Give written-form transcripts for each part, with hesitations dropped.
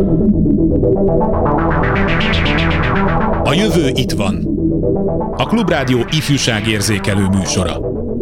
A jövő itt van. A Klubrádió ifjúságérzékelő műsora.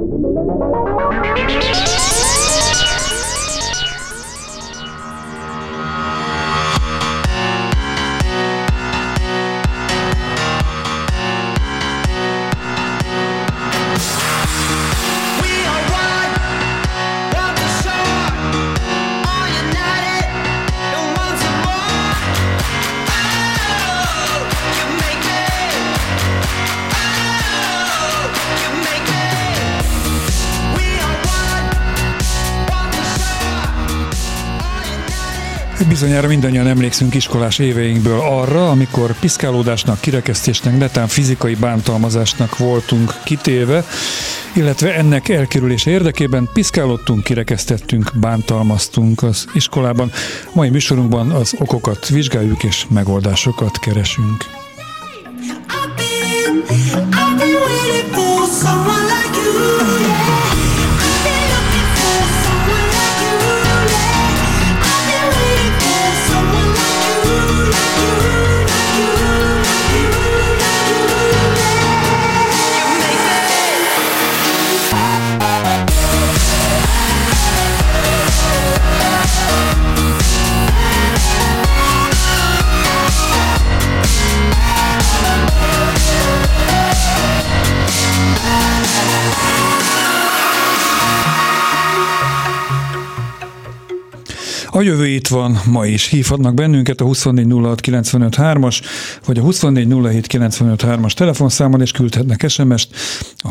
Bizonyára mindannyian emlékszünk iskolás éveinkből arra, amikor piszkálódásnak, kirekesztésnek, netán fizikai bántalmazásnak voltunk kitéve, illetve ennek elkerülése érdekében piszkálódtunk, kirekesztettünk, bántalmaztunk az iskolában. Mai műsorunkban az okokat vizsgáljuk és megoldásokat keresünk. A jövő itt van, ma is hívhatnak bennünket a 2406953-as vagy a 2407953-as telefonszámon, és küldhetnek SMS-t a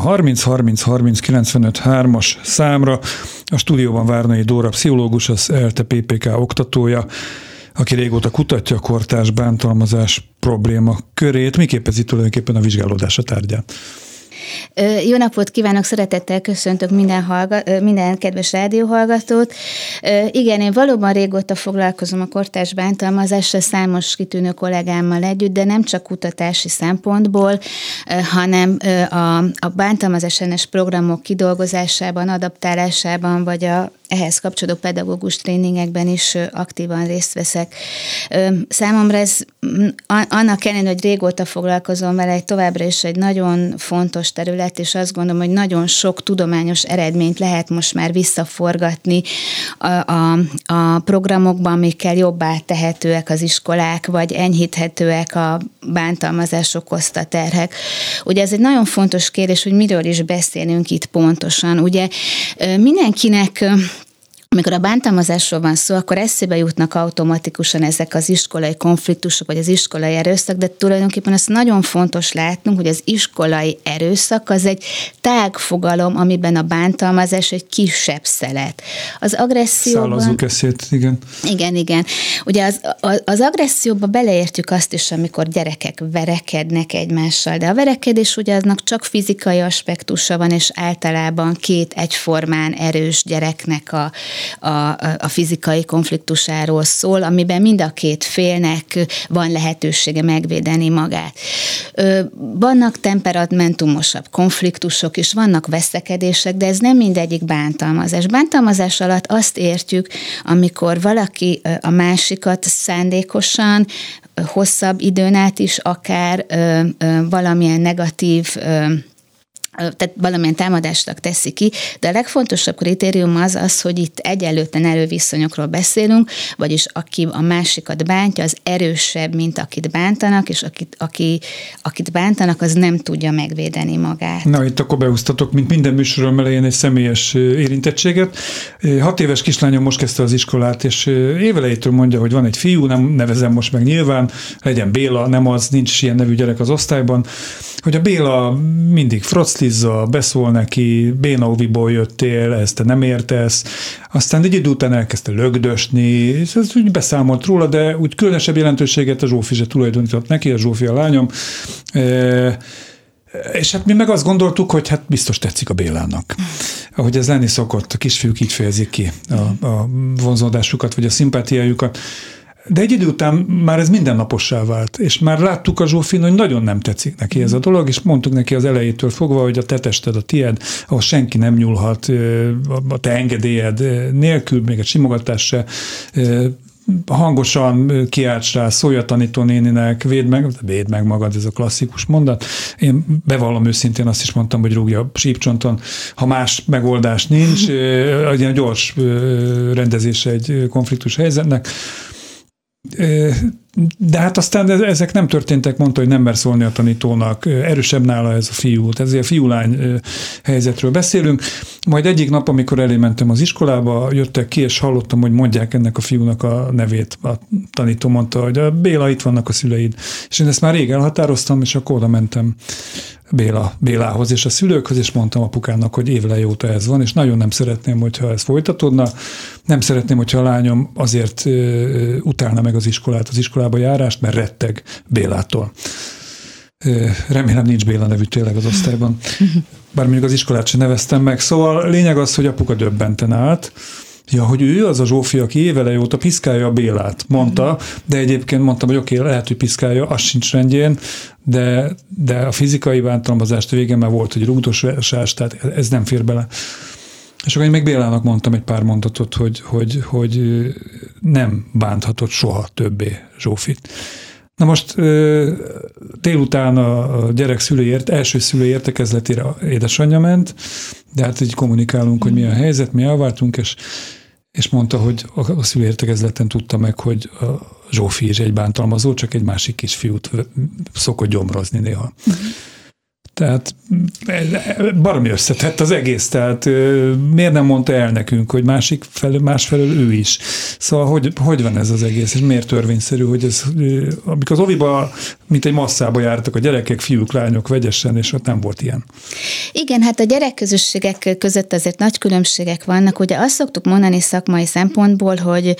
30303953-as számra. A stúdióban Várnai Dóra pszichológus, az ELTE PPK oktatója, aki régóta kutatja a kortárs bántalmazás probléma körét. Mi képezi tulajdonképpen a vizsgálódása tárgyát? Jó napot kívánok, szeretettel köszöntök minden kedves rádióhallgatót. Igen, én valóban régóta foglalkozom a kortárs bántalmazással, számos kitűnő kollégámmal együtt, de nem csak kutatási szempontból, hanem a bántalmazás ellenes programok kidolgozásában, adaptálásában, vagy ehhez kapcsolódó pedagógus tréningekben is aktívan részt veszek. Számomra ez annak ellenére, hogy régóta foglalkozom vele, továbbra is egy nagyon fontos terület, és azt gondolom, hogy nagyon sok tudományos eredményt lehet most már visszaforgatni a programokban, amikkel jobbá tehetőek az iskolák, vagy enyhíthetőek a bántalmazás okozta terhek. Ugye ez egy nagyon fontos kérdés, hogy miről is beszélünk itt pontosan. Ugye mindenkinek, amikor a bántalmazásról van szó, akkor eszébe jutnak automatikusan ezek az iskolai konfliktusok, vagy az iskolai erőszak, de tulajdonképpen azt nagyon fontos látnunk, hogy az iskolai erőszak az egy tág fogalom, amiben a bántalmazás egy kisebb szelet. Az agresszióban... Szállazzuk eszét, igen. Igen. Ugye az agresszióba beleértjük azt is, amikor gyerekek verekednek egymással, de a verekedés ugye aznak csak fizikai aspektusa van, és általában két egyformán erős gyereknek a fizikai konfliktusáról szól, amiben mind a két félnek van lehetősége megvédeni magát. Vannak temperamentumosabb konfliktusok is, vannak veszekedések, de ez nem mindegyik bántalmazás. Bántalmazás alatt azt értjük, amikor valaki a másikat szándékosan, hosszabb időn át is akár valamilyen negatív, tehát valamilyen támadásnak teszi ki, de a legfontosabb kritérium az, hogy itt egyenlőtlen erőviszonyokról beszélünk, vagyis aki a másikat bántja, az erősebb, mint akit bántanak, és akit bántanak, az nem tudja megvédeni magát. Na, itt akkor beúsztatok, mint minden műsorom elején egy személyes érintettséget. 6 éves kislányom most kezdte az iskolát, és évelejétől mondja, hogy van egy fiú, nem nevezem most meg nyilván, legyen Béla, nem az, nincs ilyen nevű gyerek az osztályban, hogy a Béla mindig froclizza, beszól neki, bénaoviból jöttél, ezt te nem értesz, aztán egy idő után elkezdte lögdösni, és ez úgy beszámolt róla, de úgy különösebb jelentőséget a Zsófi se tulajdonított neki, a Zsófi a lányom, és hát mi meg azt gondoltuk, hogy hát biztos tetszik a Bélának. Ahogy ez lenni szokott, a kisfiúk így fejezik ki a vonzódásukat, vagy a szimpátiájukat. De egy idő után már ez mindennapossá vált, és már láttuk a Zsófin, hogy nagyon nem tetszik neki ez a dolog, és mondtuk neki az elejétől fogva, hogy a te tested a tied, ahol senki nem nyúlhat a te engedélyed nélkül, még egy simogatás se hangosan kiálts rá, szólj a tanítónéninek, védd meg magad, ez a klasszikus mondat. Én bevallom őszintén, azt is mondtam, hogy rúgja a sípcsonton, ha más megoldás nincs, egy gyors rendezése egy konfliktus helyzetnek. De hát aztán ezek nem történtek, mondta, hogy nem mer szólni a tanítónak, erősebb nála ez a fiú, tehát ezért fiú-lány helyzetről beszélünk. Majd egyik nap, amikor elé mentem az iskolába, jöttek ki, és hallottam, hogy mondják ennek a fiúnak a nevét. A tanító mondta, hogy Béla, itt vannak a szüleid. És én ezt már rég elhatároztam, és akkor oda mentem Bélához és a szülőkhöz, és mondtam apukának, hogy éveleje óta ez van, és nagyon nem szeretném, hogyha ez folytatódna. Nem szeretném, hogyha a lányom azért utálna meg az iskolát, az iskolába járást, mert retteg Bélától. Remélem nincs Béla nevű tényleg az osztályban. Bár mondjuk az iskolát sem neveztem meg. Szóval lényeg az, hogy apuka döbbenten állt. Ja, hogy ő az a Zsófi, aki éveleje óta piszkálja a Bélát, mondta, de egyébként mondtam, hogy oké, lehet, hogy piszkálja, az sincs rendjén, de a fizikai bántalmazást végén már volt, hogy rúgdosás, tehát ez nem fér bele. És akkor én még Bélának mondtam egy pár mondatot, hogy nem bánthatott soha többé Zsófit. Na most délután a gyerek első szülői értekezletére édesanyja ment, de hát így kommunikálunk, hogy mi a helyzet, mi elváltunk, és mondta, hogy a szülői értekezleten tudta meg, hogy a Zsófi is egy bántalmazó, csak egy másik kisfiút szokott gyomrozni néha. Tehát baromi összetett az egész, tehát miért nem mondta el nekünk, hogy másfelől ő is. Szóval hogy van ez az egész, és miért törvényszerű, hogy ez, amikor az oviba, mint egy masszába jártak a gyerekek, fiúk, lányok vegyesen, és ott nem volt ilyen. Igen, hát a gyerekközösségek között azért nagy különbségek vannak. Ugye azt szoktuk mondani szakmai szempontból,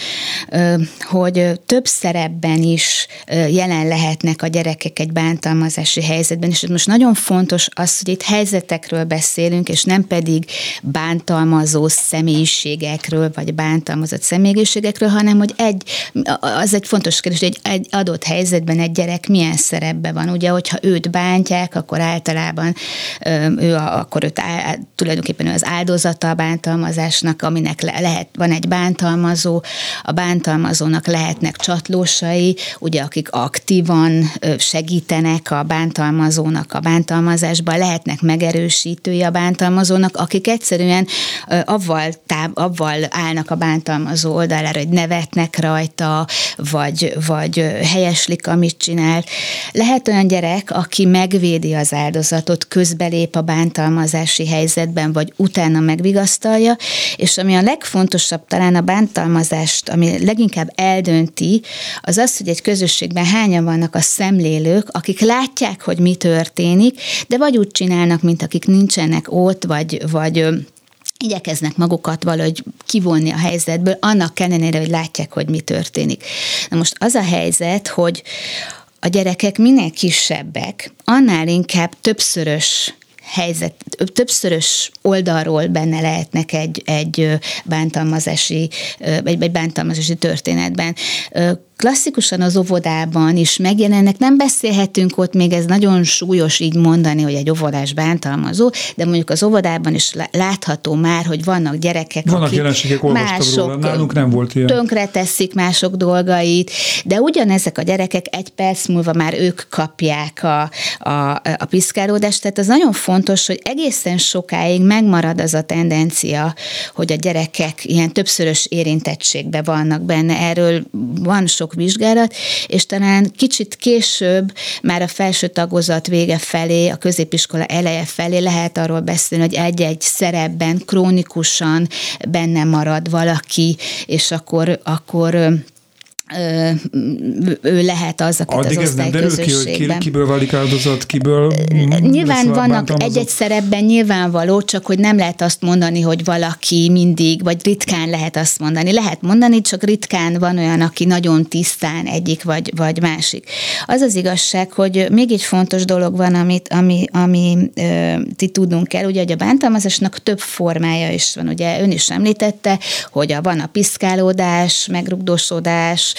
hogy több szerepben is jelen lehetnek a gyerekek egy bántalmazási helyzetben, és most nagyon fontos az, hogy itt helyzetekről beszélünk, és nem pedig bántalmazó személyiségekről, vagy bántalmazott személyiségekről, hanem hogy az egy fontos kérdés, hogy egy adott helyzetben egy gyerek milyen szerepben van. Ugye, hogyha őt bántják, akkor általában tulajdonképpen ő az áldozata a bántalmazásnak, aminek van egy bántalmazó, a bántalmazónak lehetnek csatlósai, ugye, akik aktívan segítenek a bántalmazónak a bántalmazásban, lehetnek megerősítői a bántalmazónak, akik egyszerűen avval állnak a bántalmazó oldalára, hogy nevetnek rajta, vagy helyeslik, amit csinál. Lehet olyan gyerek, aki megvédi az áldozatot, közbelép a bántalmazási helyzetben, vagy utána megvigasztalja, és ami a legfontosabb talán a bántalmazást, ami leginkább eldönti, az az, hogy egy közösségben hányan vannak a szemlélők, akik látják, hogy mi történik, de vagy úgy csinálnak, mint akik nincsenek ott, vagy igyekeznek magukat valahogy kivonni a helyzetből, annak ellenére, hogy látják, hogy mi történik. Na most az a helyzet, hogy a gyerekek minél kisebbek, annál inkább többszörös oldalról benne lehetnek egy bántalmazási történetben. Klasszikusan az óvodában is megjelennek, nem beszélhetünk ott, még ez nagyon súlyos így mondani, hogy egy óvodás bántalmazó, de mondjuk az óvodában is látható már, hogy vannak gyerekek, vannak jelenségek, olvastam róla, nálunk nem volt ilyen. Tönkreteszik mások dolgait, de ugyanezek a gyerekek egy perc múlva már ők kapják a piszkálódást, tehát az nagyon fontos, hogy egészen sokáig megmarad az a tendencia, hogy a gyerekek ilyen többszörös érintettségben vannak benne, erről van sok vizsgálat, és talán kicsit később, már a felső tagozat vége felé, a középiskola eleje felé lehet arról beszélni, hogy egy-egy szerepben krónikusan benne marad valaki, és akkor ő lehet az, akit addig az osztályközösségben. Hogy kiből válik áldozat, kiből nyilván vannak egy-egy szerepben nyilvánvaló, csak hogy nem lehet azt mondani, hogy valaki mindig, vagy ritkán lehet azt mondani. Lehet mondani, csak ritkán van olyan, aki nagyon tisztán egyik vagy másik. Az az igazság, hogy még egy fontos dolog van, ami tudnunk kell, ugye, hogy a bántalmazásnak több formája is van. Ugye ön is említette, hogy van a piszkálódás, megrugdosódás,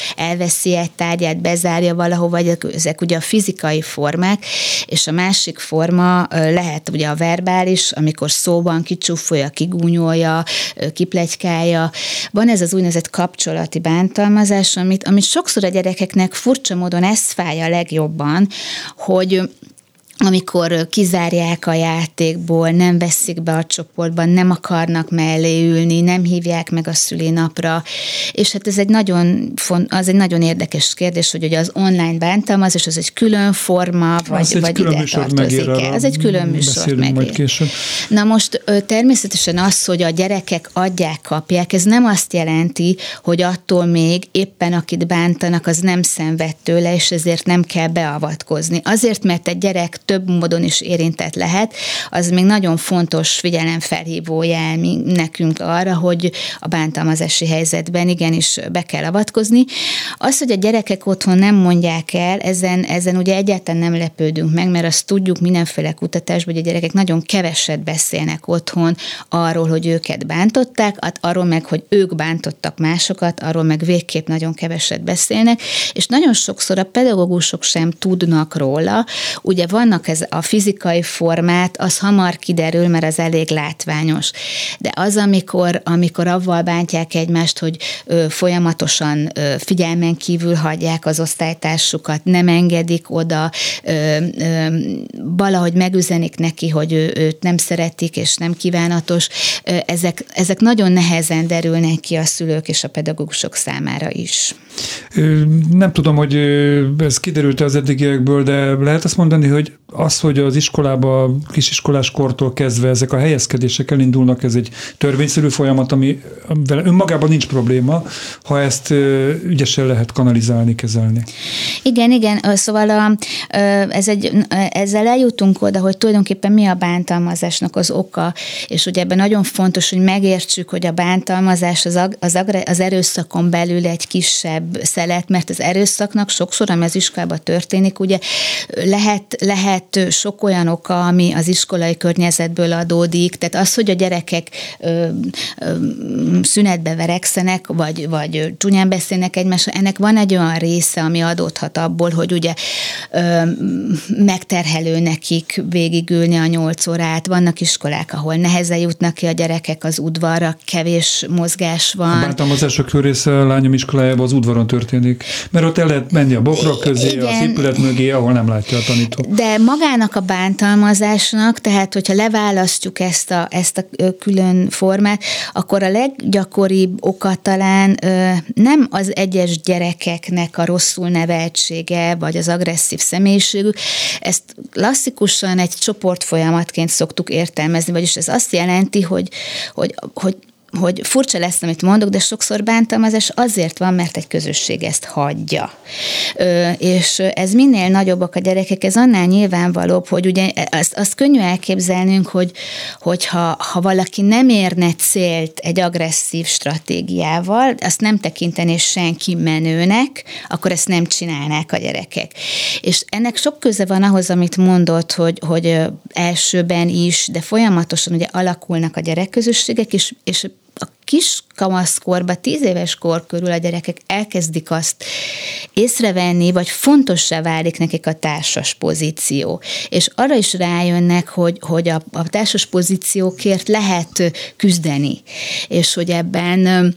elveszi egy tárgyát, bezárja valahova, vagy ezek ugye a fizikai formák, és a másik forma lehet ugye a verbális, amikor szóban kicsúfolja, kigúnyolja, kipletykálja. Van ez az úgynevezett kapcsolati bántalmazás, amit sokszor a gyerekeknek furcsa módon ez fáj a legjobban, hogy amikor kizárják a játékból, nem veszik be a csoportban, nem akarnak mellé ülni, nem hívják meg a szülinapra, és hát ez egy nagyon érdekes kérdés, hogy ugye az online bántalmazás, az egy külön forma, vagy ide tartozik-e. Az egy külön műsor megér. Na most természetesen az, hogy a gyerekek adják, kapják, ez nem azt jelenti, hogy attól még éppen akit bántanak, az nem szenved tőle, és ezért nem kell beavatkozni. Azért, mert egy gyerek több módon is érintett lehet, az még nagyon fontos figyelemfelhívó jel nekünk arra, hogy a bántalmazási helyzetben igenis be kell avatkozni. Az, hogy a gyerekek otthon nem mondják el, ezen ugye egyáltalán nem lepődünk meg, mert azt tudjuk mindenféle kutatásban, hogy a gyerekek nagyon keveset beszélnek otthon arról, hogy őket bántották, arról meg, hogy ők bántottak másokat, arról meg végképp nagyon keveset beszélnek, és nagyon sokszor a pedagógusok sem tudnak róla. Ugye vannak ez a fizikai formát, az hamar kiderül, mert az elég látványos. De az, amikor avval bántják egymást, hogy folyamatosan figyelmen kívül hagyják az osztálytársukat, nem engedik oda, valahogy megüzenik neki, hogy őt nem szeretik, és nem kívánatos, ezek nagyon nehezen derülnek ki a szülők és a pedagógusok számára is. Nem tudom, hogy ez kiderült az eddigiekből, de lehet azt mondani, hogy hogy az iskolába, kisiskolás kortól kezdve ezek a helyezkedések elindulnak, ez egy törvényszerű folyamat, amivel önmagában nincs probléma, ha ezt ügyesen lehet kanalizálni, kezelni. Igen, szóval ezzel eljutunk oda, hogy tulajdonképpen mi a bántalmazásnak az oka, és ugye ebben nagyon fontos, hogy megértsük, hogy a bántalmazás az erőszakon belül egy kisebb szelet, mert az erőszaknak sokszor, ami az iskolában történik, ugye lehet sok olyan oka, ami az iskolai környezetből adódik, tehát az, hogy a gyerekek szünetbe verekszenek, vagy csúnyán beszélnek egymásra, ennek van egy olyan része, ami adódhat abból, hogy ugye megterhelő nekik végigülni a 8 órát, vannak iskolák, ahol nehezen jutnak ki a gyerekek az udvarra, kevés mozgás van. A bántalmazások része a lányom iskolájában az udvaron történik, mert ott el lehet menni a bokrok közé, igen, az épület mögé, ahol nem látja a tanító. De magának a bántalmazásnak, tehát hogyha leválasztjuk ezt a külön formát, akkor a leggyakoribb oka talán nem az egyes gyerekeknek a rosszul neveltsége, vagy az agresszív személyiségük. Ezt klasszikusan egy csoportfolyamatként szoktuk értelmezni, vagyis ez azt jelenti, hogy furcsa lesz, amit mondok, de sokszor bántalmazás azért van, mert egy közösség ezt hagyja. És ez minél nagyobbak a gyerekek, ez annál nyilvánvalóbb, hogy ugye azt könnyű elképzelnünk, hogy ha valaki nem érne célt egy agresszív stratégiával, azt nem tekintené senki menőnek, akkor ezt nem csinálnák a gyerekek. És ennek sok köze van ahhoz, amit mondott, hogy elsőben is, de folyamatosan ugye alakulnak a gyerekközösségek, és a kis kamaszkorban, 10 éves kor körül a gyerekek elkezdik azt észrevenni, vagy fontossá válik nekik a társas pozíció. És arra is rájönnek, hogy a társas pozíciókért lehet küzdeni, és hogy ebben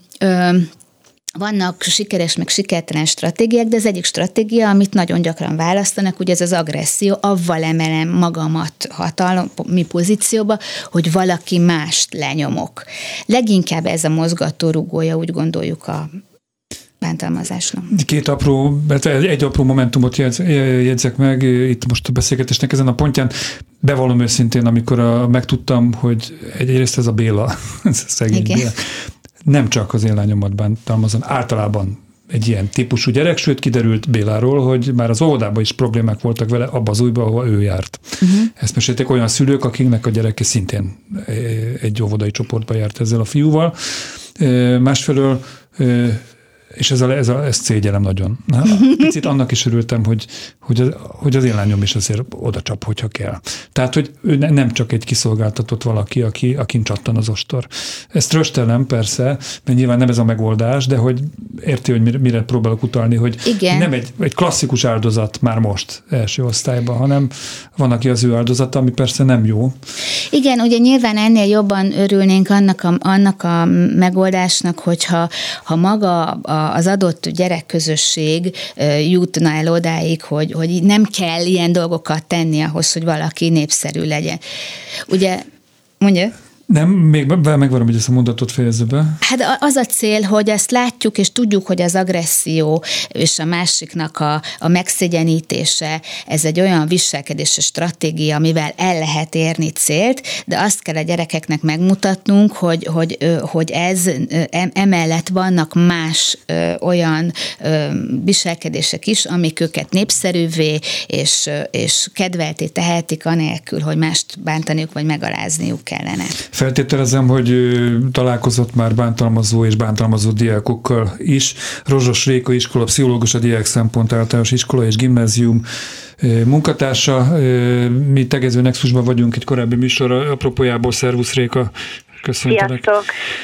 vannak sikeres, meg sikertelen stratégiák, de az egyik stratégia, amit nagyon gyakran választanak, ugye ez az agresszió, avval emelem magamat hatalmi pozícióba, hogy valaki mást lenyomok. Leginkább ez a mozgatórugója, úgy gondoljuk, a bántalmazásnak. Egy apró momentumot jegyzek meg itt most a beszélgetésnek ezen a pontján. Bevallom őszintén, amikor megtudtam, hogy egyrészt ez a Béla, szegény Béla, nem csak az én lányomat bántalmazom, általában egy ilyen típusú gyerek, sőt kiderült Béláról, hogy már az óvodában is problémák voltak vele abba az újba, ahol ő járt. Ezt mesélték olyan szülők, akiknek a gyereke szintén egy óvodai csoportba járt ezzel a fiúval. Másfelől És ezt szégyellem nagyon. Picit annak is örültem, hogy az én lányom is azért oda csap, hogyha kell. Tehát, hogy ő nem csak egy kiszolgáltatott valaki, akin csattan az ostor. Ezt röstelem persze, mert nyilván nem ez a megoldás, de hogy érti, hogy mire próbálok utalni, hogy igen. Nem egy klasszikus áldozat már most első osztályban, hanem van, aki az ő áldozata, ami persze nem jó. Igen, ugye nyilván ennél jobban örülnénk annak a megoldásnak, hogyha maga az adott gyerekközösség jutna el odáig, hogy nem kell ilyen dolgokat tenni ahhoz, hogy valaki népszerű legyen. Ugye, mondja? Nem, még megvarom, hogy ezt a mondatot fejezze be. Hát az a cél, hogy ezt látjuk, és tudjuk, hogy az agresszió és a másiknak a megszégyenítése, ez egy olyan viselkedési stratégia, amivel el lehet érni célt, de azt kell a gyerekeknek megmutatnunk, hogy ez emellett vannak más olyan viselkedések is, amik őket népszerűvé és kedvelté tehetik, anélkül, hogy mást bántaniuk vagy megalázniuk kellene. Feltételezem, hogy találkozott már bántalmazó és bántalmazó diákokkal is. Rozsos Réka iskola, pszichológus, a Diák Szempont Általános Iskola és Gimnázium munkatársa. Mi Tegező Nexusban vagyunk egy korábbi műsor apropójából. Szervusz Réka, köszöntelek. Sziasztok!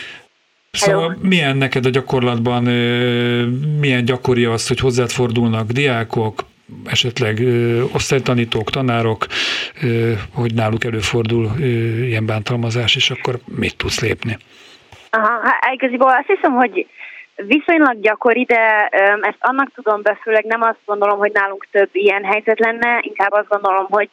Szóval milyen neked a gyakorlatban, milyen gyakori az, hogy hozzád fordulnak diákok, esetleg osztálytanítók, tanárok, hogy náluk előfordul ilyen bántalmazás, és akkor mit tudsz lépni? Igaziból azt hiszem, hogy viszonylag gyakori, de ezt annak tudom be, főleg nem azt gondolom, hogy nálunk több ilyen helyzet lenne, inkább azt gondolom, hogy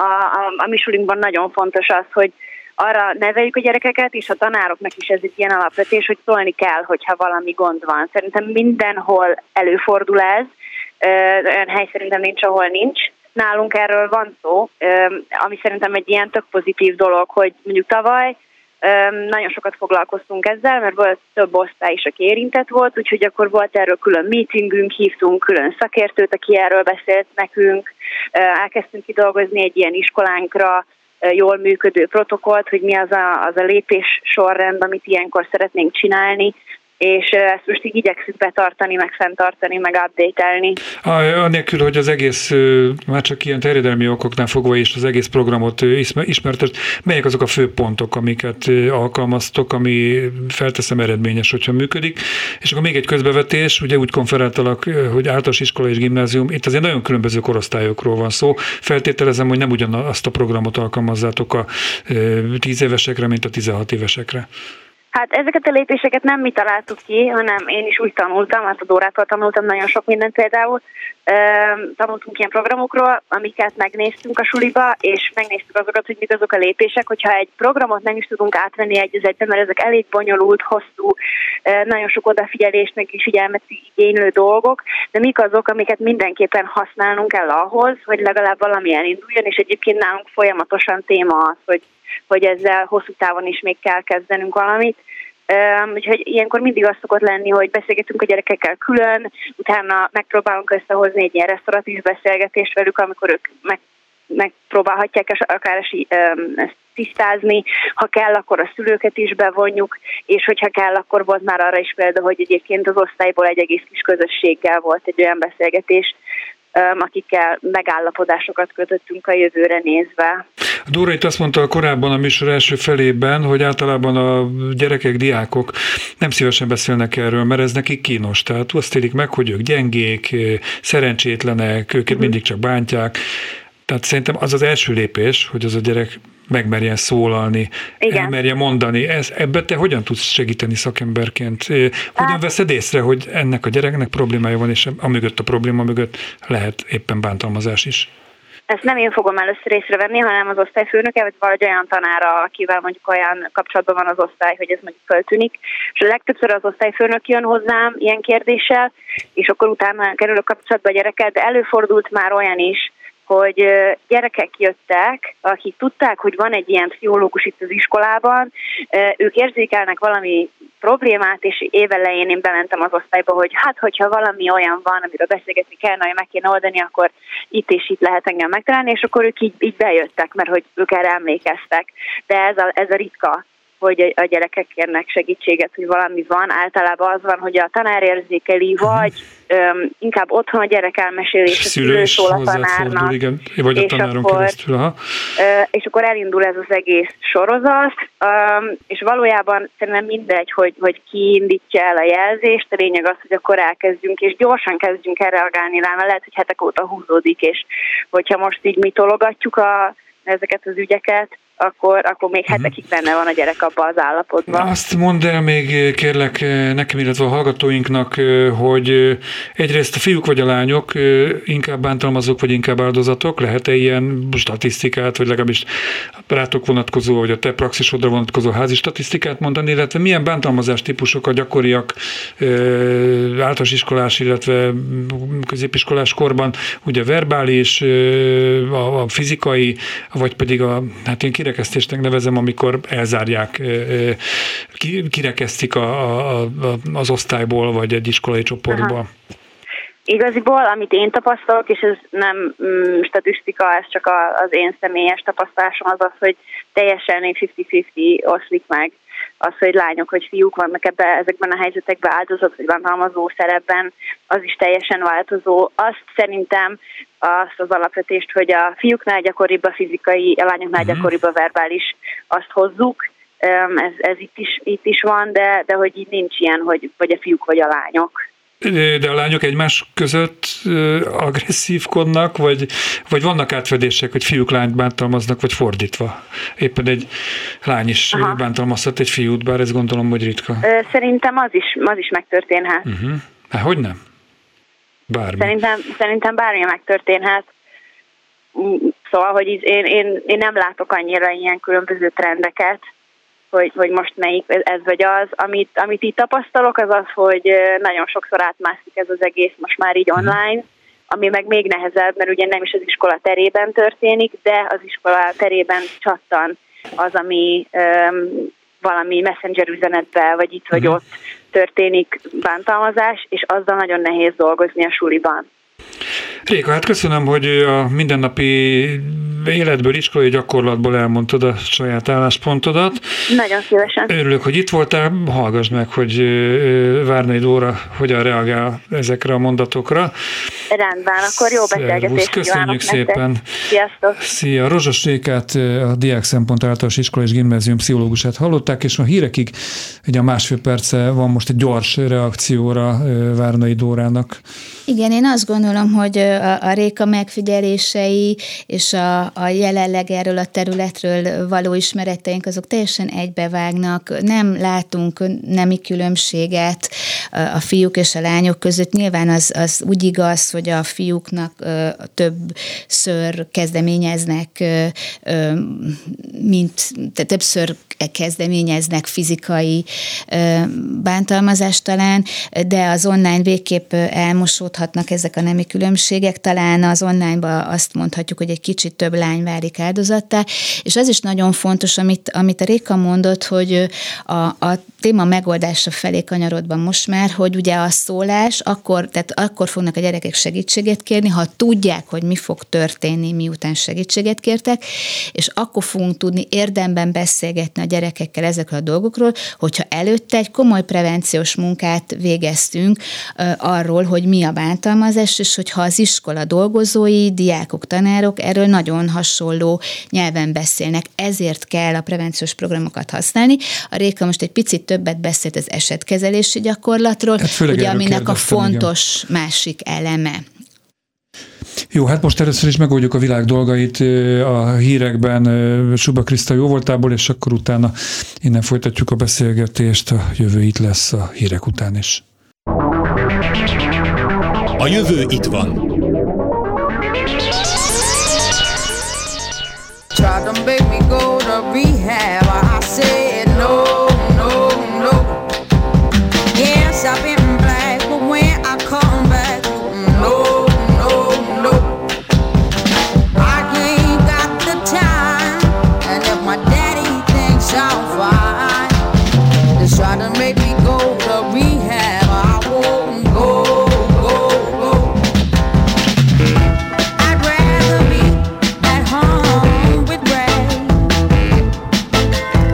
a mi sulinkban nagyon fontos az, hogy arra neveljük a gyerekeket, és a tanároknak is ez egy ilyen alapvetés, hogy szólni kell, hogyha valami gond van. Szerintem mindenhol előfordul ez, olyan hely szerintem nincs, ahol nincs. Nálunk erről van szó, ami szerintem egy ilyen tök pozitív dolog, hogy mondjuk tavaly nagyon sokat foglalkoztunk ezzel, mert volt több osztály is, aki érintett volt, úgyhogy akkor volt erről külön meetingünk, hívtunk külön szakértőt, aki erről beszélt nekünk, elkezdtünk kidolgozni egy ilyen iskolánkra jól működő protokollt, hogy mi az a lépés sorrend, amit ilyenkor szeretnénk csinálni, és ezt most így igyekszünk betartani, meg fenntartani, meg update-elni. Annélkül, hogy az egész, már csak ilyen terjedelmi okoknál fogva is az egész programot ismertet, melyek azok a fő pontok, amiket alkalmaztok, ami felteszem eredményes, hogyha működik. És akkor még egy közbevetés, ugye úgy konferáltalak, hogy általános iskola és gimnázium, itt azért nagyon különböző korosztályokról van szó. Feltételezem, hogy nem ugyanazt a programot alkalmazzátok a 10 évesekre, mint a 16 évesekre. Hát ezeket a lépéseket nem mi találtuk ki, hanem én is úgy tanultam, a Dórától tanultam nagyon sok mindent például. Tanultunk ilyen programokról, amiket megnéztünk a suliba, és megnéztük azokat, hogy mik azok a lépések, hogyha egy programot nem is tudunk átvenni egy az egyben, mert ezek elég bonyolult, hosszú, nagyon sok odafigyelést, meg is figyelmet igénylő dolgok, de mik azok, amiket mindenképpen használnunk kell ahhoz, hogy legalább valami elinduljon, és egyébként nálunk folyamatosan téma az, hogy ezzel hosszú távon is még kell kezdenünk valamit. Úgyhogy ilyenkor mindig az szokott lenni, hogy beszélgetünk a gyerekekkel külön, utána megpróbálunk összehozni egy ilyen restauratív beszélgetést velük, amikor ők megpróbálhatják akár ezt tisztázni, ha kell, akkor a szülőket is bevonjuk, és hogyha kell, akkor volt már arra is példa, hogy egyébként az osztályból egy egész kis közösséggel volt egy olyan beszélgetés, akikkel megállapodásokat kötöttünk a jövőre nézve. Dóra itt azt mondta korábban a műsor első felében, hogy általában a gyerekek, diákok nem szívesen beszélnek erről, mert ez nekik kínos. Tehát azt élik meg, hogy ők gyengék, szerencsétlenek, őket mindig csak bántják. Tehát szerintem az az első lépés, hogy az a gyerek megmerjen szólalni, elmerjen mondani. Ebben te hogyan tudsz segíteni szakemberként? Hogyan veszed észre, hogy ennek a gyereknek problémája van, és amögött a probléma mögött lehet éppen bántalmazás is? Ezt nem én fogom először észrevenni, hanem az osztályfőnöke, vagy valahogy olyan tanára, akivel mondjuk olyan kapcsolatban van az osztály, hogy ez mondjuk föltűnik. És a legtöbbször az osztályfőnök jön hozzám ilyen kérdéssel, és akkor utána kerül a kapcsolatba a gyerekkel, de előfordult már olyan is, hogy gyerekek jöttek, akik tudták, hogy van egy ilyen pszichológus itt az iskolában, ők érzékelnek valami problémát, és évelején én bementem az osztályba, hogy hát, hogyha valami olyan van, amiről beszélgetni kellene, hogy meg kéne oldani, akkor itt és itt lehet engem megtalálni, és akkor ők így bejöttek, mert hogy ők erre emlékeztek. De ez a ritka hogy a gyerekek kérnek segítséget, hogy valami van. Általában az van, hogy a tanár érzékeli, vagy inkább otthon a gyerek elmeséli, és a szülő szól a tanárnak. Igen, vagy a tanáron keresztül. Aha. És akkor elindul ez az egész sorozat, és valójában szerintem mindegy, hogy ki indítja el a jelzést, a lényeg az, hogy akkor elkezdjünk, és gyorsan kezdjünk el reagálni rá, mert lehet, hogy hetek óta húzódik, és hogyha most így mitologatjuk ezeket az ügyeket, akkor még hetekig benne van a gyerek abban az állapotban. Azt mondd el még, kérlek, nekem, illetve a hallgatóinknak, hogy egyrészt a fiúk vagy a lányok inkább bántalmazók, vagy inkább áldozatok? Lehet-e ilyen statisztikát, vagy legalábbis rátok vonatkozó, vagy a te praxisodra vonatkozó házi statisztikát mondani, illetve milyen bántalmazás típusok a gyakoriak általános iskolás, illetve középiskolás korban, ugye verbális, a fizikai, vagy pedig én kirekesztésnek nevezem, amikor elzárják, kirekesztik az osztályból, vagy egy iskolai csoportból. Aha. Igaziból, amit én tapasztalok, és ez nem statisztika, ez csak az én személyes tapasztalásom, az, hogy teljesen 50-50 oszlik meg az, hogy lányok vagy fiúk vannak ezekben a helyzetekben áldozat, vagy bántalmazó szerepben, az is teljesen változó. Azt szerintem azt az alapvetést, hogy a fiúknál gyakoribb a fizikai, a lányoknál gyakoribb a verbális, azt hozzuk. Ez itt is van, de hogy így nincs ilyen, hogy vagy a fiúk, vagy a lányok. De a lányok egymás között agresszívkodnak, vagy vannak átfedések, hogy fiúk lányt bántalmaznak, vagy fordítva? Éppen egy lány is bántalmazhat egy fiút, bár ezt gondolom, hogy ritka. Szerintem az is megtörténhet. Hát hogy nem? Bármi. Szerintem bármi megtörténhet. Szóval, hogy én nem látok annyira ilyen különböző trendeket, hogy most melyik ez vagy az. Amit itt tapasztalok, az az, hogy nagyon sokszor átmászik ez az egész most már így online, ami meg még nehezebb, mert ugye nem is az iskola terében történik, de az iskola terében csattan az, ami valami messenger üzenetben, vagy itt vagy ott történik bántalmazás, és azzal nagyon nehéz dolgozni a suliban. Réka, hát köszönöm, hogy a mindennapi életből, iskolai gyakorlatból elmondtad a saját álláspontodat. Nagyon szívesen. Örülök, hogy itt voltál. Hallgass meg, hogy Várnai Dóra hogyan reagál ezekre a mondatokra. Rendben, akkor jó beszélgetést kívánok. Köszönjük szépen. Sziasztok. Szia. Rozsos Rékát, a Diák Szempont Általános Iskola és Gimnázium pszichológusát hallották, és a hírekig egy másfél perce van most egy gyors reakcióra Várnai Dórának. Igen, én azt gondolom, hogy a Réka megfigyelései és a jelenleg erről a területről való ismereteink azok teljesen egybevágnak. Nem látunk nemi különbséget a fiúk és a lányok között. Nyilván az úgy igaz, hogy a fiúknak többször kezdeményeznek, többször kezdeményeznek fizikai bántalmazást talán, de az online végképp elmosódhatnak ezek a nemi különbségek. Talán az online-ban azt mondhatjuk, hogy egy kicsit több lány válik áldozattá, és az is nagyon fontos, amit a Réka mondott, hogy a téma megoldása felé kanyarodva most már, hogy ugye a szólás, akkor fognak a gyerekek segítséget kérni, ha tudják, hogy mi fog történni, miután segítséget kértek, és akkor fogunk tudni érdemben beszélgetni a gyerekekkel ezekről a dolgokról, hogyha előtte egy komoly prevenciós munkát végeztünk arról, hogy mi a bántalmazás, és hogyha az iskola dolgozói, diákok, tanárok erről nagyon hasonló nyelven beszélnek. Ezért kell a prevenciós programokat használni. A Réka most egy picit többet beszélt az esetkezelési gyakorlatról, ugye, aminek a fontos másik eleme. Jó, hát most először is megoldjuk a világ dolgait a hírekben Suba Kriszta jóvoltából, és akkor utána innen folytatjuk a beszélgetést. A jövő itt lesz a hírek után is. A jövő itt van. Tried to make me go to rehab. I said no, no, no. Yes, I've been black, but when I come back, no, no, no. I ain't got the time, and if my daddy thinks I'm fine, they try to make me go to rehab. I won't go, go, go. I'd rather be at home with Ray.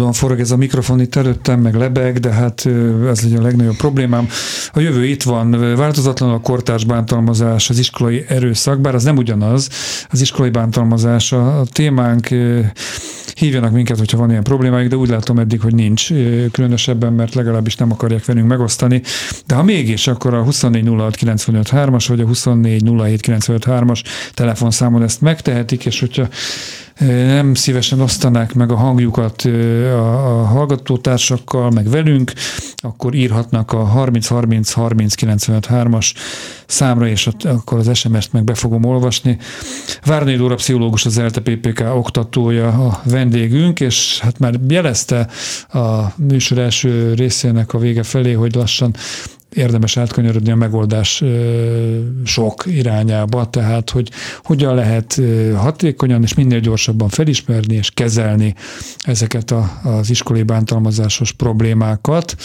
állandóan forog ez a mikrofon itt előttem, meg lebeg, de hát ez legyen a legnagyobb problémám. A jövő itt van, változatlanul a kortárs bántalmazás, az iskolai erőszak, bár az nem ugyanaz, az iskolai bántalmazás a témánk, hívjanak minket, hogyha van ilyen problémáik, de úgy látom eddig, hogy nincs különösebben, mert legalábbis nem akarják velünk megosztani. De ha mégis, akkor a 24.06.95.3-as vagy a 24.07.95.3-as telefonszámon ezt megtehetik, és hogyha nem szívesen osztanák meg a hangjukat a hallgatótársakkal, meg velünk, akkor írhatnak a 30.30.30.95.3-as számra, és akkor az SMS-t meg be fogom olvasni. Várnai Dóra pszichológus, az ELTE PPK oktatója a vendégünk, és hát már jelezte a műsor első részének a vége felé, hogy lassan érdemes átkanyarodni a megoldás sok irányába, tehát hogy hogyan lehet hatékonyan és minél gyorsabban felismerni és kezelni ezeket az iskolai bántalmazásos problémákat.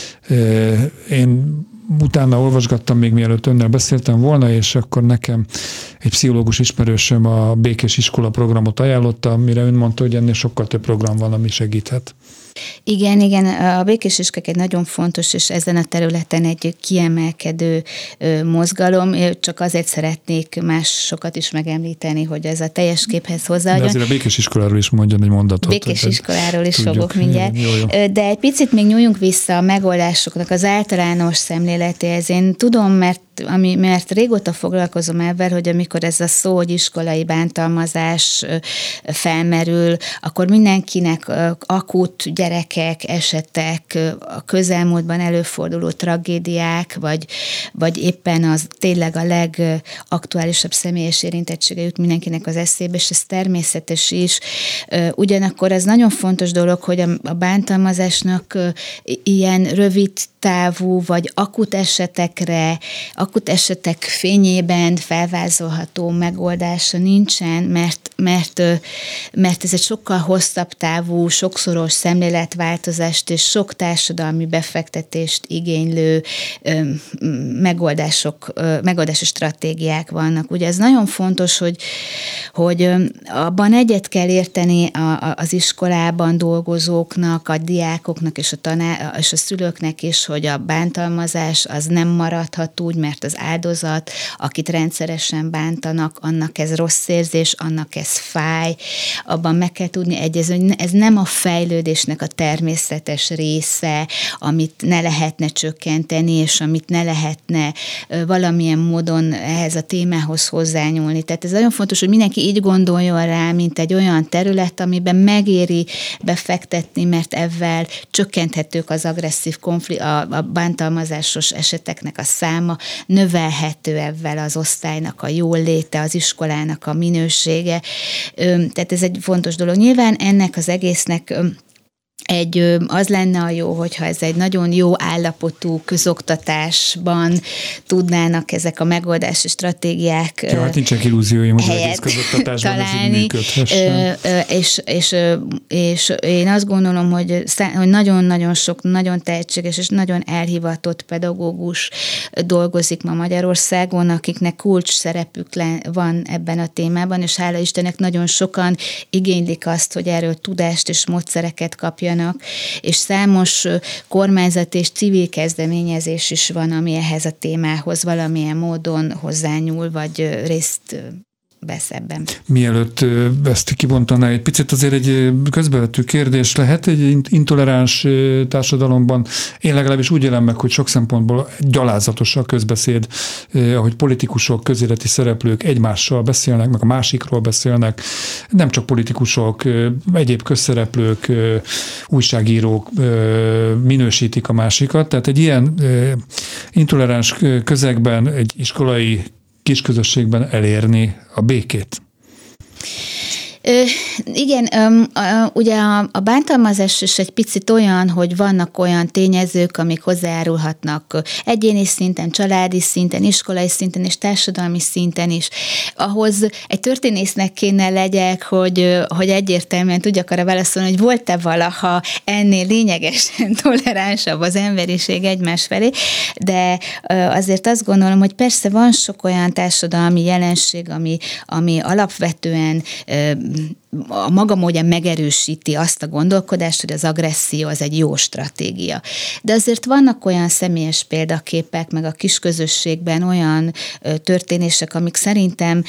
Én utána olvasgattam még mielőtt önnel beszéltem volna, és akkor nekem egy pszichológus ismerősöm a Békés Iskola programot ajánlotta, amire ön mondta, hogy ennél sokkal több program van, ami segíthet. Igen, a Békés Iskák egy nagyon fontos, és ezen a területen egy kiemelkedő mozgalom. Csak azért szeretnék másokat is megemlíteni, hogy ez a teljes képhez hozzáadjon. De azért a Békés Iskoláról is mondjon egy mondatot. Békés Iskoláról is tudjuk, fogok mindjárt. Jó. De egy picit még nyúljunk vissza a megoldásoknak az általános szemléletéhez. Én tudom, mert régóta foglalkozom ezzel, hogy amikor ez a szó, hogy iskolai bántalmazás felmerül, akkor mindenkinek akut gyerekek, esetek, a közelmúltban előforduló tragédiák, vagy éppen az tényleg a legaktuálisabb személyes érintettsége jut mindenkinek az eszébe, és ez természetes is. Ugyanakkor ez nagyon fontos dolog, hogy a bántalmazásnak ilyen rövid távú, vagy akut esetek fényében felvázolható megoldása nincsen, mert ez egy sokkal hosszabb távú, sokszoros szemléletváltozást és sok társadalmi befektetést igénylő megoldási stratégiák vannak. Ugye ez nagyon fontos, hogy abban egyet kell érteni az iskolában dolgozóknak, a diákoknak és a szülőknek is, hogy a bántalmazás az nem maradhat úgy, mert az áldozat, akit rendszeresen bántanak, annak ez rossz érzés, annak ez fáj. Abban meg kell tudni egyezni, hogy ez nem a fejlődésnek a természetes része, amit ne lehetne csökkenteni, és amit ne lehetne valamilyen módon ehhez a témához hozzányúlni. Tehát ez nagyon fontos, hogy mindenki így gondoljon rá, mint egy olyan terület, amiben megéri befektetni, mert ezzel csökkenthetők az agresszív a bántalmazásos eseteknek a száma, növelhető ezzel az osztálynak a jóléte, az iskolának a minősége. Tehát ez egy fontos dolog. Nyilván ennek az egésznek az lenne a jó, hogyha ez egy nagyon jó állapotú közoktatásban tudnának ezek a megoldási stratégiák hát nincsenek illúzióim, hogy az egész közoktatásban ez így működhessen. És én azt gondolom, hogy nagyon-nagyon sok, nagyon tehetséges és nagyon elhivatott pedagógus dolgozik ma Magyarországon, akiknek kulcs szerepük van ebben a témában, és hála Istennek nagyon sokan igénylik azt, hogy erről tudást és módszereket kapjanak, és számos kormányzat és civil kezdeményezés is van, ami ehhez a témához valamilyen módon hozzányúl, vagy részt vesz ebben. Mielőtt ezt kibontaná egy picit, azért egy közbevető kérdés lehet egy intoleráns társadalomban. Én legalábbis úgy élem meg, hogy sok szempontból gyalázatos a közbeszéd, ahogy politikusok, közéleti szereplők egymással beszélnek, meg a másikról beszélnek. Nem csak politikusok, egyéb közszereplők, újságírók minősítik a másikat. Tehát egy ilyen intoleráns közegben, egy iskolai kisközösségben elérni a békét? Igen, ugye a bántalmazás is egy picit olyan, hogy vannak olyan tényezők, amik hozzájárulhatnak egyéni szinten, családi szinten, iskolai szinten és társadalmi szinten is. Ahhoz egy történésznek kéne legyek, hogy egyértelműen tudjak arra válaszolni, hogy volt-e valaha ennél lényegesen toleránsabb az emberiség egymás felé, de azért azt gondolom, hogy persze van sok olyan társadalmi jelenség, ami alapvetően a maga módján megerősíti azt a gondolkodást, hogy az agresszió az egy jó stratégia. De azért vannak olyan személyes példaképek, meg a kisközösségben olyan történések, amik szerintem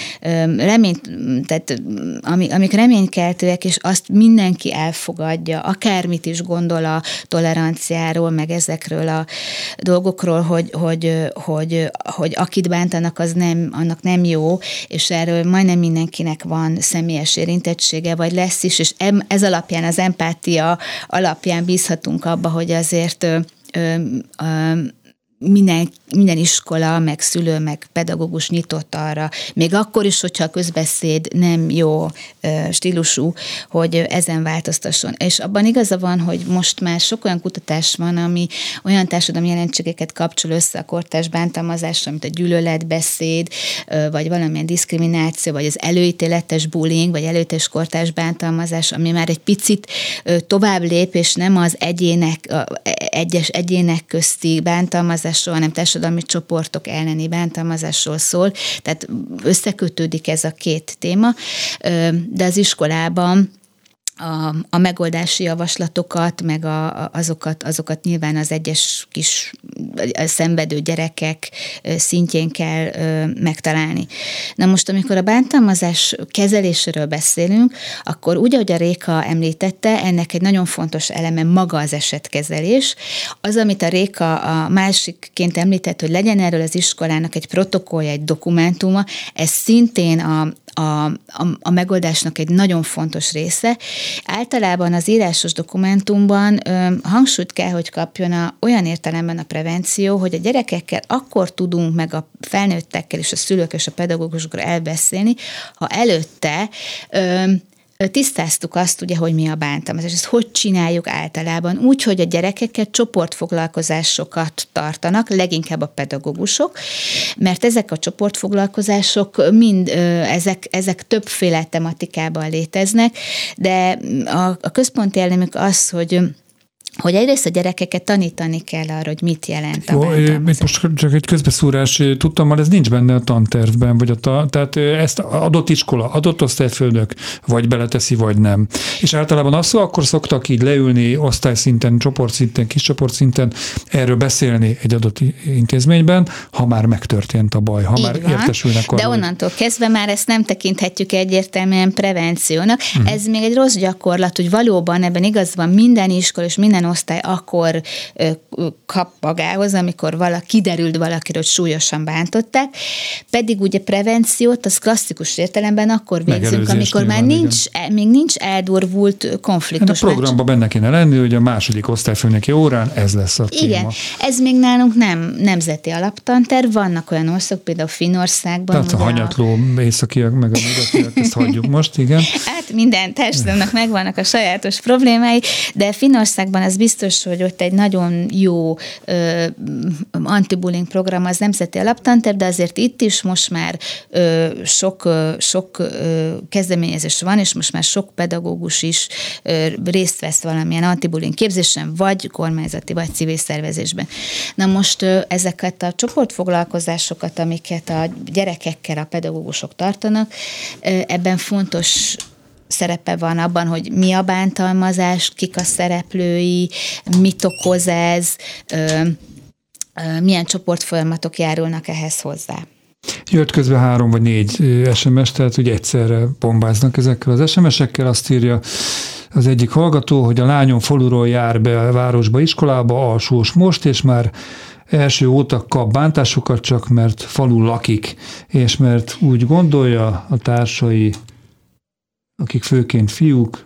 amik reménykeltőek, és azt mindenki elfogadja, akármit is gondol a toleranciáról, meg ezekről a dolgokról, hogy akit bántanak, annak nem jó, és erről majdnem mindenkinek van személyes érintettsége, vagy lesz is, és ez alapján, az empátia alapján bízhatunk abba, hogy azért minden iskola, meg szülő, meg pedagógus nyitott arra, még akkor is, hogyha a közbeszéd nem jó stílusú, hogy ezen változtasson. És abban igaza van, hogy most már sok olyan kutatás van, ami olyan társadalmi jelenségeket kapcsol össze a kortárs bántalmazással, mint a gyűlöletbeszéd, vagy valamilyen diszkrimináció, vagy az előítéletes bullying, vagy előítéletes kortárs bántalmazás, ami már egy picit tovább lép, és nem az egyes egyének közti bántalmazásról, hanem társadalmi csoportok elleni bántalmazásról szól, tehát összekötődik ez a két téma, de az iskolában a megoldási javaslatokat, meg azokat nyilván az egyes kis szenvedő gyerekek szintjén kell megtalálni. Na most, amikor a bántalmazás kezeléséről beszélünk, akkor úgy, ahogy a Réka említette, ennek egy nagyon fontos eleme maga az esetkezelés. Az, amit a Réka a másikként említett, hogy legyen erről az iskolának egy protokollja, egy dokumentuma, ez szintén a megoldásnak egy nagyon fontos része. Általában az írásos dokumentumban hangsúlyt kell, hogy kapjon olyan értelemben a prevenció, hogy a gyerekekkel akkor tudunk meg a felnőttekkel és a szülők és a pedagógusokról elbeszélni, ha előtte tisztáztuk azt, ugye, hogy mi a bántalmazás. Ezt hogy csináljuk általában? Úgy, hogy a gyerekekkel csoportfoglalkozásokat tartanak, leginkább a pedagógusok, mert ezek a csoportfoglalkozások mind, ezek többféle tematikában léteznek, de a központi elemük az, hogy egyrészt a gyerekeket tanítani kell arra, hogy mit jelent a bántalmazás. Most csak egy közbeszúrás, tudtam, hogy ez nincs benne a tantervben, tehát ezt adott iskola, adott osztályfőnök vagy beleteszi, vagy nem. És általában akkor szoktak így leülni osztályszinten, csoportszinten, kis csoportszinten erről beszélni egy adott intézményben, ha már megtörtént a baj, ha így már van, értesülnek arról. De onnantól kezdve már ezt nem tekinthetjük egyértelműen prevenciónak. Ez még egy rossz gyakorlat, hogy valóban ebben igaz van, minden iskola és minden osztály akkor kap magához, amikor kiderült valakiről, hogy súlyosan bántották, pedig ugye prevenciót az klasszikus értelemben akkor végzünk, amikor már még nincs eldurvult konfliktus. A programban benne kéne lenni, hogy a második osztályfőnöki órán ez lesz a téma. Igen, ez még nálunk nem nemzeti alaptanterv, vannak olyan országok, például Finnországban. Tehát a hanyatló északiak, meg a nyugatiak, ezt hagyjuk most, igen. Hát minden társadalomnak megvannak a sajátos problémái, de Finnországban az biztos, hogy ott egy nagyon jó anti-bullying program az nemzeti alaptanterv, de azért itt is most már sok kezdeményezés van, és most már sok pedagógus is részt vesz valamilyen anti-bullying képzésen, vagy kormányzati, vagy civil szervezésben. Na most ezeket a csoportfoglalkozásokat, amiket a gyerekekkel a pedagógusok tartanak, ebben fontos szerepe van abban, hogy mi a bántalmazás, kik a szereplői, mit okoz ez, milyen csoportfolyamatok járulnak ehhez hozzá. Jött közben 3 vagy 4 SMS, tehát ugye egyszerre bombáznak ezekkel az SMS-ekkel, azt írja az egyik hallgató, hogy a lányom faluról jár be a városba, iskolába, alsós most, és már első óta kap bántásokat, csak mert falun lakik, és mert úgy gondolja a társai, akik főként fiúk,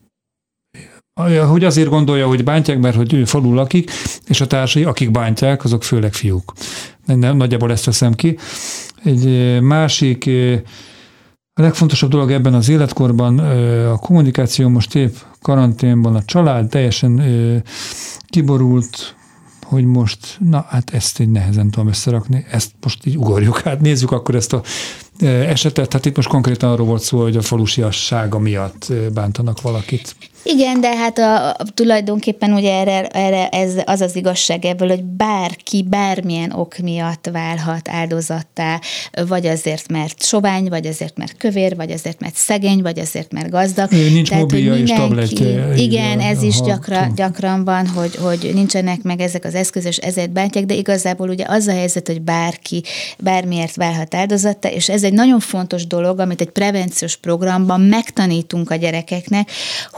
hogy azért gondolja, hogy bántják, mert hogy ő falun lakik, és a társai, akik bántják, azok főleg fiúk. Nagyjából ezt veszem ki. Egy másik, a legfontosabb dolog ebben az életkorban a kommunikáció, most épp karanténban a család teljesen kiborult, hogy most, na hát ezt így nehezen tudom összerakni, ezt most így ugorjuk át, nézzük akkor ezt a esetet, hát itt most konkrétan arról volt szó, hogy a falusiassága miatt bántanak valakit. Igen, de hát tulajdonképpen ugye erre ez az igazság ebből, hogy bárki bármilyen ok miatt válhat áldozattá, vagy azért, mert sovány, vagy azért, mert kövér, vagy azért, mert szegény, vagy azért, mert gazdag. Nincs mobilja és tabletje. Igen, ez is gyakran van, hogy nincsenek meg ezek az eszközök, ezért bántják, de igazából ugye az a helyzet, hogy bárki bármiért válhat áldozattá, és ez egy nagyon fontos dolog, amit egy prevenciós programban megtanítunk a gyerekeknek,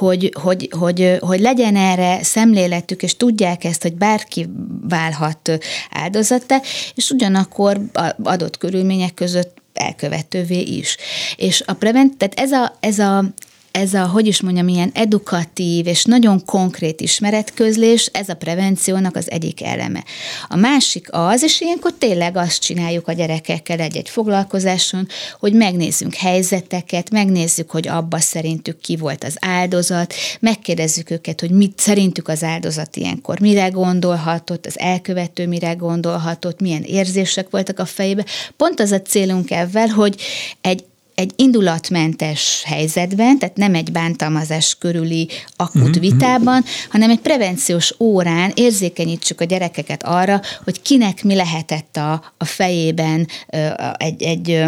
hogy legyen erre szemléletük, és tudják ezt, hogy bárki válhat áldozattá, és ugyanakkor adott körülmények között elkövetővé is. És tehát ez a, hogy is mondjam, ilyen edukatív és nagyon konkrét ismeretközlés, ez a prevenciónak az egyik eleme. A másik az, és ilyenkor tényleg azt csináljuk a gyerekekkel egy foglalkozáson, hogy megnézzünk helyzeteket, megnézzük, hogy abba szerintük ki volt az áldozat, megkérdezzük őket, hogy mit szerintük az áldozat ilyenkor, mire gondolhatott, az elkövető mire gondolhatott, milyen érzések voltak a fejében. Pont az a célunk ezzel, hogy egy indulatmentes helyzetben, tehát nem egy bántalmazás körüli akut vitában, hanem egy prevenciós órán érzékenyítsük a gyerekeket arra, hogy kinek mi lehetett a fejében egy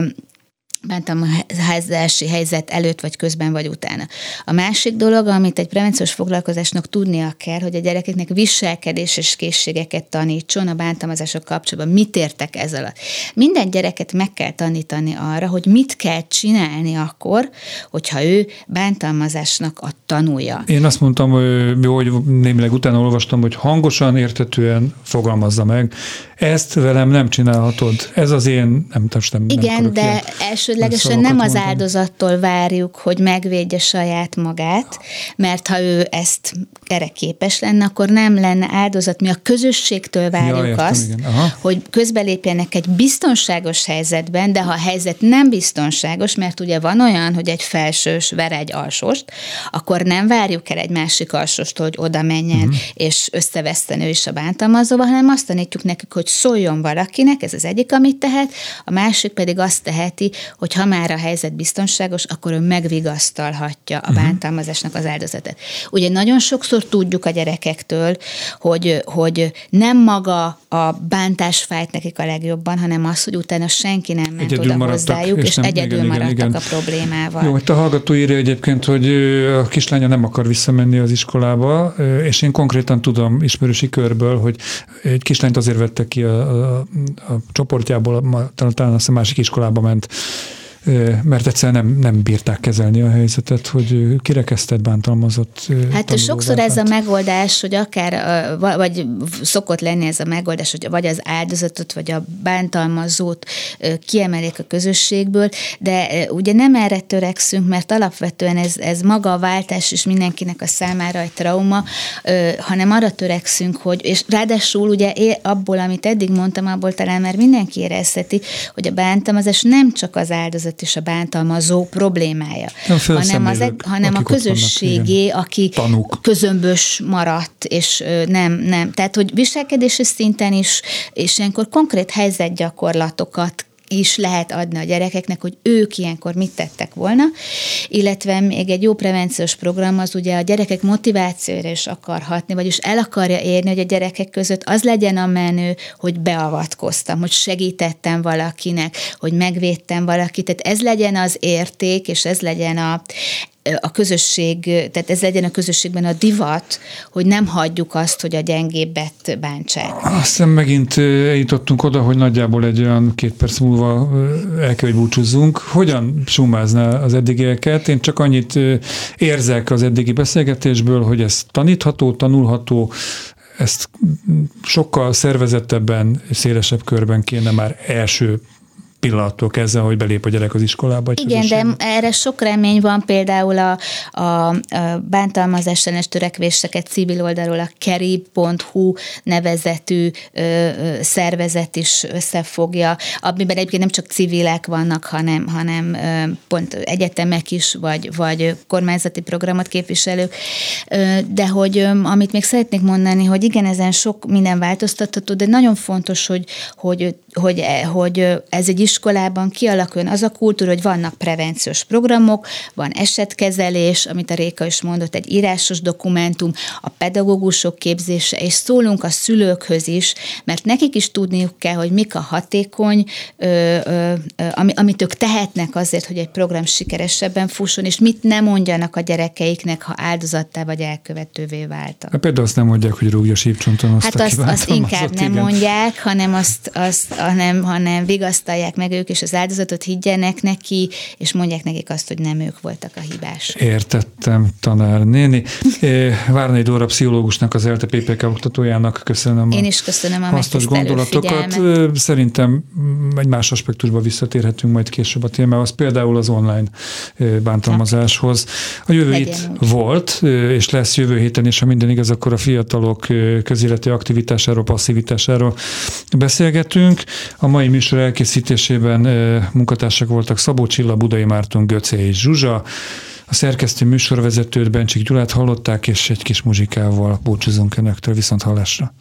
bántalmazási helyzet előtt, vagy közben, vagy utána. A másik dolog, amit egy prevenciós foglalkozásnak tudnia kell, hogy a gyerekeknek viselkedéses készségeket tanítson a bántalmazások kapcsolatban. Mit értek ez alatt? Minden gyereket meg kell tanítani arra, hogy mit kell csinálni akkor, hogyha ő bántalmazásnak a tanúja. Én azt mondtam, hogy némileg utána olvastam, hogy hangosan, érthetően fogalmazza meg. Ezt velem nem csinálhatod. Ez az én, nem. Igen, de elsődlegesen nem az áldozattól várjuk, hogy megvédje saját magát, mert ha ő erre képes lenne, akkor nem lenne áldozat. Mi a közösségtől várjuk azt, hogy közbelépjenek egy biztonságos helyzetben, de ha a helyzet nem biztonságos, mert ugye van olyan, hogy egy felsős ver egy alsóst, akkor nem várjuk el egy másik alsóstól, hogy oda menjen, és összeveszten ő is a bántalmazóval, hanem azt tanítjuk nekik, hogy szóljon valakinek, ez az egyik, amit tehet, a másik pedig azt teheti, hogy ha már a helyzet biztonságos, akkor ő megvigasztalhatja a bántalmazásnak az áldozatát. Ugye nagyon sokszor tudjuk a gyerekektől, hogy nem maga a bántás fájt nekik a legjobban, hanem az, hogy utána senki nem ment oda hozzájuk, és egyedül maradtak a problémával. Jó, itt a hallgató írja egyébként, hogy a kislánya nem akar visszamenni az iskolába, és én konkrétan tudom ismerősi körből, hogy egy kislányt azért vette ki a csoportjából, talán azt a másik iskolába ment, mert egyszerűen nem bírták kezelni a helyzetet, hogy kirekesztett, bántalmazott. Hát sokszor ez a megoldás, hogy akár, vagy szokott lenni ez a megoldás, hogy vagy az áldozatot, vagy a bántalmazót kiemelik a közösségből, de ugye nem erre törekszünk, mert alapvetően ez maga a váltás is mindenkinek a számára egy trauma, hanem arra törekszünk, hogy, és ráadásul ugye abból, amit eddig mondtam, abból talán már mindenki érezheti, hogy a bántalmazás nem csak az áldozat és a bántalmazó problémája, hanem a közösségé, aki közömbös maradt, és nem. Tehát, hogy viselkedési szinten is, és ilyenkor konkrét helyzetgyakorlatokat is lehet adni a gyerekeknek, hogy ők ilyenkor mit tettek volna, illetve még egy jó prevenciós program az ugye a gyerekek motivációra is akar hatni, vagyis el akarja érni, hogy a gyerekek között az legyen a menő, hogy beavatkoztam, hogy segítettem valakinek, hogy megvédtem valakit, tehát ez legyen az érték, és ez legyen a közösség, tehát ez legyen a közösségben a divat, hogy nem hagyjuk azt, hogy a gyengébbet bántsák. Aztán megint eljutottunk oda, hogy nagyjából egy olyan 2 perc múlva el kell, hogy búcsúzzunk. Hogyan summázná az eddigieket? Én csak annyit érzek az eddigi beszélgetésből, hogy ez tanítható, tanulható, ezt sokkal szervezettebben, szélesebb körben kéne már első pillanattól kezdve, hogy belép a gyerek az iskolába. Igen, de erre sok remény van, például a bántalmazás ellenes törekvéseket civil oldalról a kerib.hu nevezetű szervezet is összefogja, amiben egyébként nem csak civilek vannak, hanem pont egyetemek is, vagy kormányzati programot képviselők, de hogy amit még szeretnék mondani, hogy igen, ezen sok minden változtatható, de nagyon fontos, hogy hogy ez egy iskolában kialakuljon az a kultúra, hogy vannak prevenciós programok, van esetkezelés, amit a Réka is mondott, egy írásos dokumentum, a pedagógusok képzése, és szólunk a szülőkhöz is, mert nekik is tudniuk kell, hogy mik a hatékony, amit ők tehetnek azért, hogy egy program sikeresebben fusson, és mit nem mondjanak a gyerekeiknek, ha áldozattá vagy elkövetővé váltak. Például azt nem mondják, hogy rúgja sípcsonton azt, hát azt inkább nem mondják, hanem vigasztalják meg ők, és az áldozatot higgyenek neki, és mondják nekik azt, hogy nem ők voltak a hibások. Értettem, tanár néni. Várnai Dóra pszichológusnak, az ELTE PPK oktatójának köszönöm. Én is köszönöm a hasznos gondolatokat. figyelmet. Szerintem egy más aspektusba visszatérhetünk majd később a témához, például az online bántalmazáshoz. A jövő hét volt, és lesz jövő héten, és ha minden igaz, akkor a fiatalok közéleti aktivitásáról, passzivitásáról beszélgetünk. A mai műsor elkészítésében munkatársak voltak Szabó Csilla, Budai Márton, Göcé és Zsuzsa. A szerkesztő műsorvezetőt, Bencsik Gyulát hallották, és egy kis muzsikával búcsúzunk önöktől, viszont hallásra.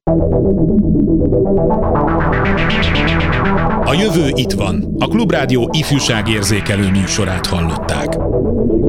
A jövő itt van. A Klubrádió ifjúságérzékelő műsorát hallották.